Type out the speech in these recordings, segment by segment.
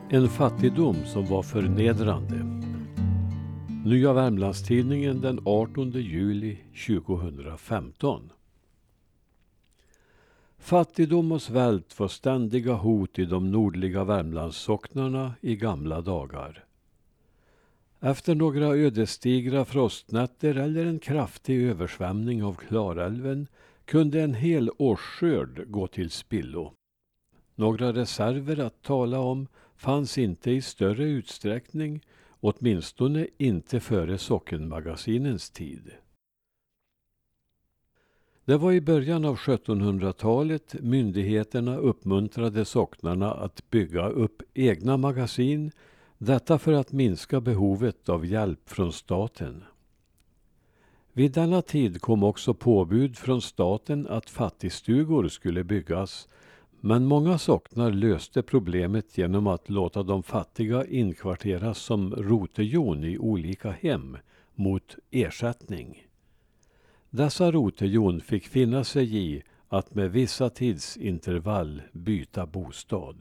En fattigdom som var förnedrande. Nya Värmlandstidningen den 18 juli 2015. Fattigdom och svält var ständiga hot i de nordliga Värmlandssocknarna i gamla dagar. Efter några ödesdigra frostnätter eller en kraftig översvämning av Klarälven kunde en hel årsskörd gå till spillo. Några reserver att tala om fanns inte i större utsträckning, åtminstone inte före sockenmagasinens tid. Det var i början av 1700-talet myndigheterna uppmuntrade socknarna att bygga upp egna magasin, detta för att minska behovet av hjälp från staten. Vid denna tid kom också påbud från staten att fattigstugor skulle byggas, men många socknar löste problemet genom att låta de fattiga inkvarteras som rotejon i olika hem mot ersättning. Dessa rotejon fick finna sig i att med vissa tidsintervall byta bostad.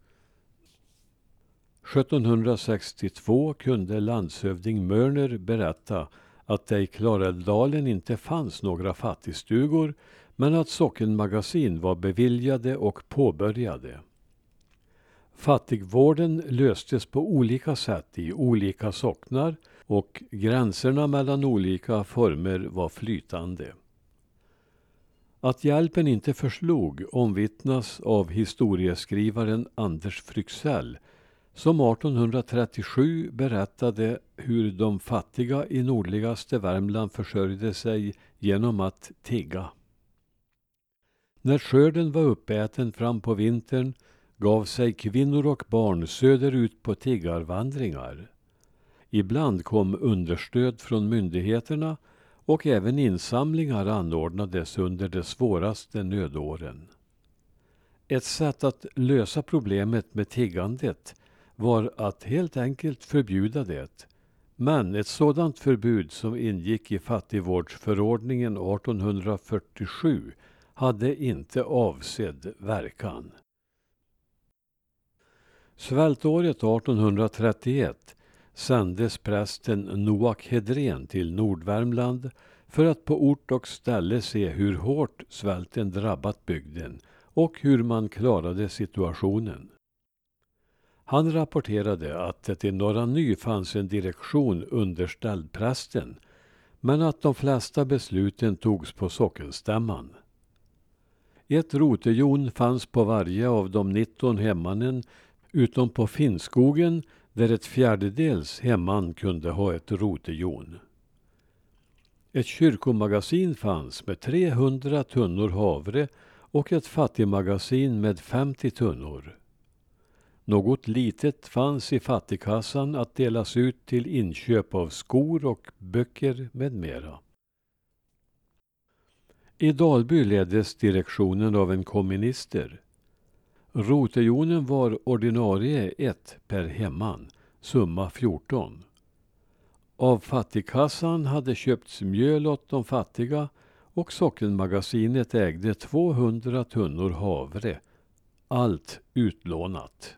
1762 kunde landshövding Mörner berätta att det i Klarälvdalen inte fanns några fattigstugor, men att sockenmagasin var beviljade och påbörjade. Fattigvården löstes på olika sätt i olika socknar och gränserna mellan olika former var flytande. Att hjälpen inte förslog omvittnas av historieskrivaren Anders Fryxell, som 1837 berättade hur de fattiga i nordligaste Värmland försörjde sig genom att tigga. När skörden var uppäten fram på vintern gav sig kvinnor och barn söderut på tiggarvandringar. Ibland kom understöd från myndigheterna och även insamlingar anordnades under de svåraste nödåren. Ett sätt att lösa problemet med tiggandet var att helt enkelt förbjuda det. Men ett sådant förbud som ingick i fattigvårdsförordningen 1847 hade inte avsedd verkan. Svältåret 1831 sändes prästen Noak Hedrén till Nordvärmland för att på ort och ställe se hur hårt svälten drabbat bygden och hur man klarade situationen. Han rapporterade att det i Norra Ny fanns en direktion underställd prästen, men att de flesta besluten togs på sockenstämman. Ett rotejon fanns på varje av de 19 hemmanen, utom på Finnskogen där ett fjärdedels hemman kunde ha ett rotejon. Ett kyrkomagasin fanns med 300 tunnor havre och ett fattigmagasin med 50 tunnor. Något litet fanns i fattigkassan att delas ut till inköp av skor och böcker med mera. I Dalby leddes direktionen av en komminister. Rotejonen var ordinarie 1 per hemman, summa 14. Av fattigkassan hade köpts mjöl åt de fattiga och sockenmagasinet ägde 200 tunnor havre, allt utlånat.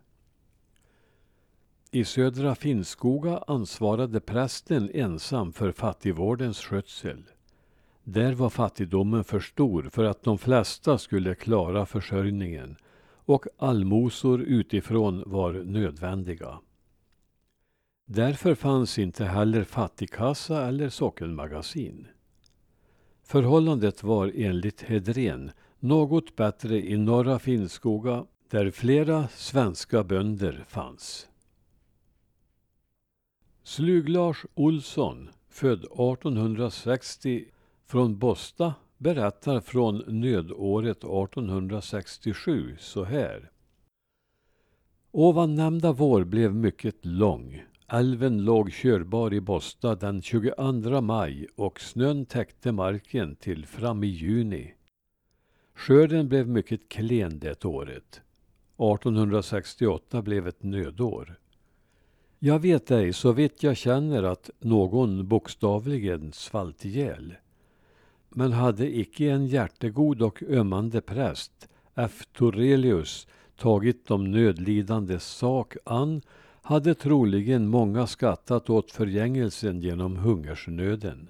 I södra Finnskoga ansvarade prästen ensam för fattigvårdens skötsel. Där var fattigdomen för stor för att de flesta skulle klara försörjningen och allmosor utifrån var nödvändiga. Därför fanns inte heller fattigkassa eller sockenmagasin. Förhållandet var enligt Hedrén något bättre i norra Finnskoga där flera svenska bönder fanns. Slug-Lars Olsson, född 1860 från Båstad, berättar från nödåret 1867 så här. Ovan nämnda vår blev mycket lång. Älven låg körbar i Båstad den 22 maj och snön täckte marken till fram i juni. Skörden blev mycket klen det året. 1868 blev ett nödår. Jag vet ej så vitt jag känner att någon bokstavligen svalt ihjäl. Men hade icke en hjärtegod och ömmande präst, F. Torelius, tagit de nödlidandes sak an, hade troligen många skattat åt förgängelsen genom hungersnöden.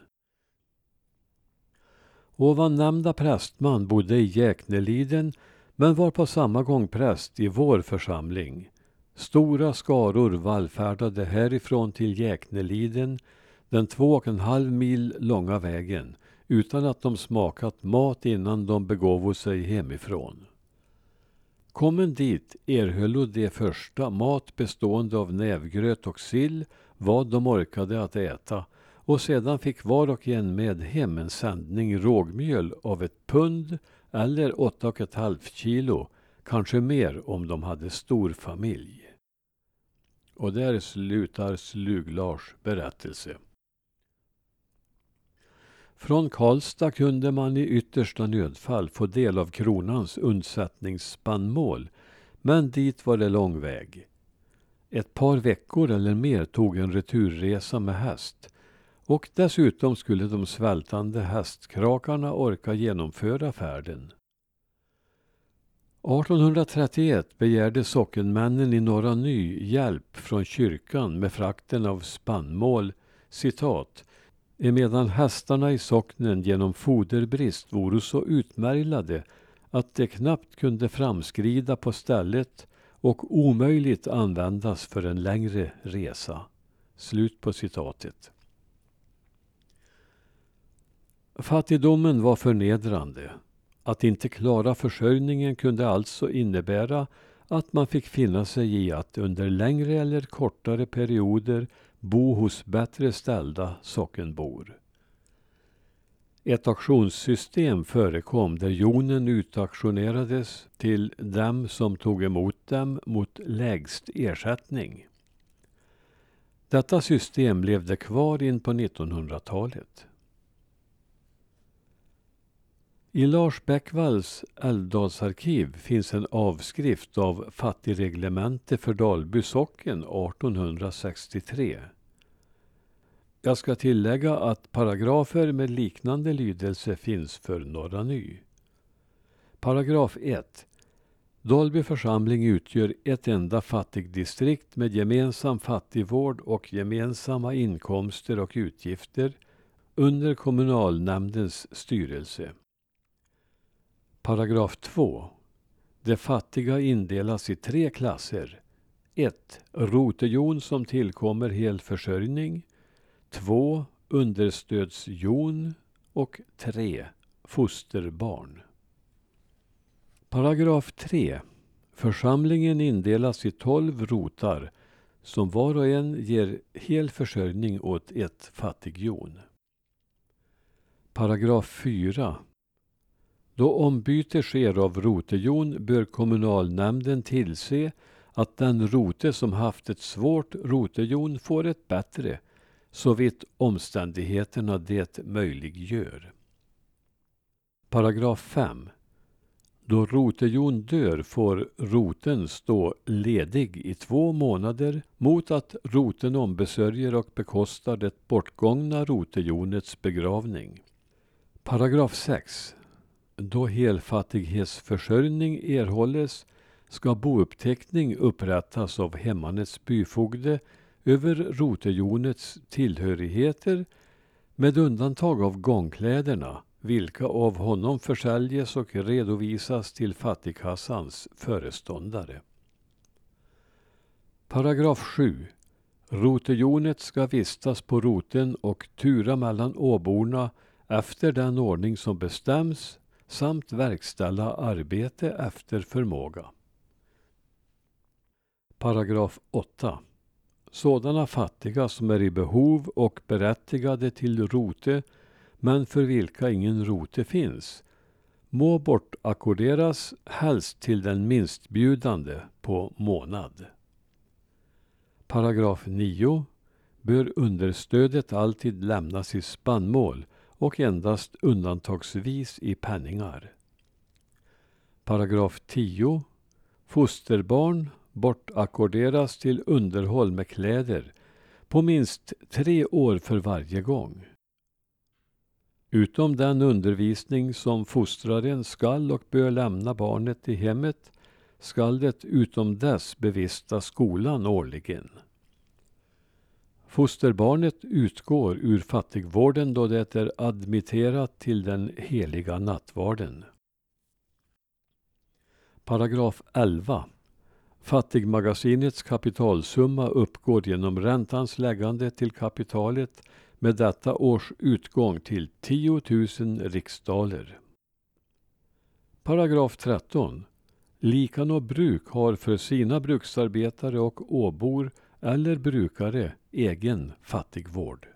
Ovan nämnda prästman bodde i Jäkneliden, men var på samma gång präst i vår församling. Stora skaror vallfärdade härifrån till Jäkneliden, den 2,5 mil långa vägen, utan att de smakat mat innan de begåvo sig hemifrån. Kommen dit erhöllo de första mat bestående av nävgröt och sill, vad de orkade att äta, och sedan fick var och en med hem en sändning rågmjöl av 1 pund eller 8,5 kilo, kanske mer om de hade stor familj. Och där slutar Slug-Lars berättelse. Från Karlstad kunde man i yttersta nödfall få del av kronans undsättningsspannmål, men dit var det lång väg. 1 par veckor eller mer tog en returresa med häst, och dessutom skulle de svältande hästkrakarna orka genomföra färden. 1831 begärde sockenmännen i Norra Ny hjälp från kyrkan med frakten av spannmål, citat, emedan hästarna i socknen genom foderbrist voro så utmärglade att de knappt kunde framskrida på stället och omöjligt användas för en längre resa. Slut på citatet. Fattigdomen var förnedrande. Att inte klara försörjningen kunde alltså innebära att man fick finna sig i att under längre eller kortare perioder bo hos bättre ställda sockenbor. Ett auktionssystem förekom där jonen utauktionerades till dem som tog emot dem mot lägst ersättning. Detta system levde kvar in på 1900-talet. I Lars Bäckvalls Älvdalsarkiv finns en avskrift av fattigreglemente för Dalby socken 1863. Jag ska tillägga att paragrafer med liknande lydelse finns för Norra Ny. Paragraf 1. Dalby församling utgör ett enda fattigdistrikt med gemensam fattigvård och gemensamma inkomster och utgifter under kommunalnämndens styrelse. Paragraf 2. De fattiga indelas i 3 klasser. 1. Rotejon som tillkommer hel försörjning. 2. Understödsjon. Och 3. Fosterbarn. Paragraf 3. Församlingen indelas i 12 rotar som var och en ger hel försörjning åt 1 fattigjon. Paragraf 4. Då ombyte sker av rotejon bör kommunalnämnden tillse att den rote som haft ett svårt rotejon får ett bättre, så vitt omständigheterna det möjliggör. Paragraf 5. Då rotejon dör får roten stå ledig i 2 månader mot att roten ombesörjer och bekostar det bortgångna rotejonets begravning. Paragraf 6. Då helfattighetsförsörjning erhålles ska bouppteckning upprättas av hemmanets byfogde över rotejonets tillhörigheter med undantag av gångkläderna, vilka av honom försäljes och redovisas till fattigkassans föreståndare. Paragraf 7. Rotejonet ska vistas på roten och tura mellan åborna efter den ordning som bestäms samt verkställa arbete efter förmåga. Paragraf 8. Sådana fattiga som är i behov och berättigade till rote men för vilka ingen rote finns må bortakkorderas helst till den minstbjudande på månad. Paragraf 9. Bör understödet alltid lämnas i spannmål och endast undantagsvis i penningar. Paragraf 10. Fosterbarn bortakkorderas till underhåll med kläder på minst 3 år för varje gång. Utom den undervisning som fostraren skall och bör lämna barnet i hemmet skall det utom dess bevista skolan årligen. Fosterbarnet utgår ur fattigvården då det är admitterat till den heliga nattvarden. Paragraf 11. Fattigmagasinets kapitalsumma uppgår genom räntans läggande till kapitalet med detta års utgång till 10 000 riksdaler. Paragraf 13. Likan och bruk har för sina bruksarbetare och åbor eller brukare egen fattigvård.